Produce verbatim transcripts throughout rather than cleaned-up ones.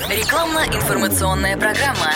Рекламно-информационная программа.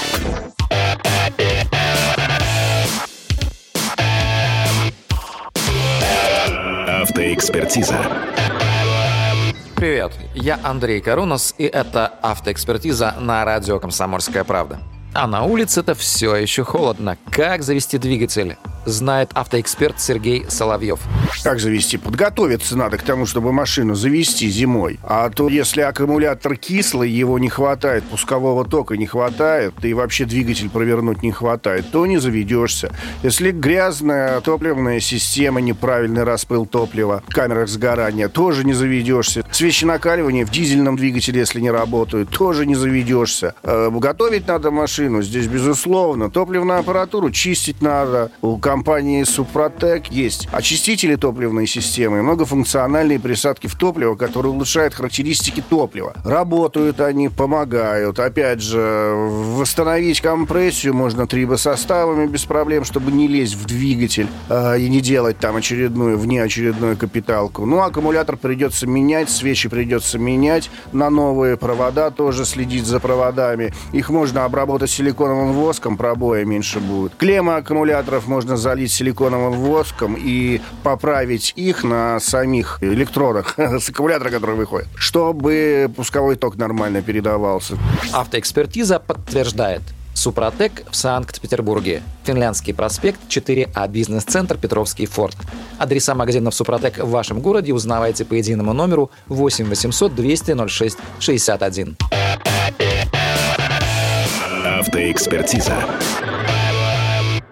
Автоэкспертиза. Привет, я Андрей Карунос, и это «Автоэкспертиза» на радио «Комсомольская правда». А на улице-то все еще холодно. Как завести двигатель? Знает автоэксперт Сергей Соловьев. Как завести? Подготовиться надо к тому, чтобы машину завести зимой. А то, если аккумулятор кислый, его не хватает, пускового тока не хватает, и вообще двигатель провернуть не хватает, то не заведешься. Если грязная топливная система, неправильный распыл топлива, в камерах сгорания, тоже не заведешься. Свечи накаливания в дизельном двигателе, если не работают, тоже не заведешься. Э, готовить надо машину, здесь безусловно. Топливную аппаратуру чистить надо. У компании Супротек есть очистители топливной системы, многофункциональные присадки в топливо, которые улучшают характеристики топлива. Работают они, помогают. Опять же, восстановить компрессию можно трибосоставами без проблем, чтобы не лезть в двигатель э, и не делать там очередную, внеочередную капиталку. Ну, аккумулятор придется менять, свечи придется менять на новые, провода тоже следить за проводами. Их можно обработать силиконовым воском, пробоя меньше будет. Клеммы аккумуляторов можно залить силиконовым воском и поправить их на самих электродах с аккумулятора, который выходит, чтобы пусковой ток нормально передавался. Автоэкспертиза подтверждает. Супротек в Санкт-Петербурге. Финляндский проспект, четыре А, бизнес-центр, Петровский форт. Адреса магазинов Супротек в вашем городе узнавайте по единому номеру восемь восемьсот двести ноль шесть шестьдесят один. Автоэкспертиза.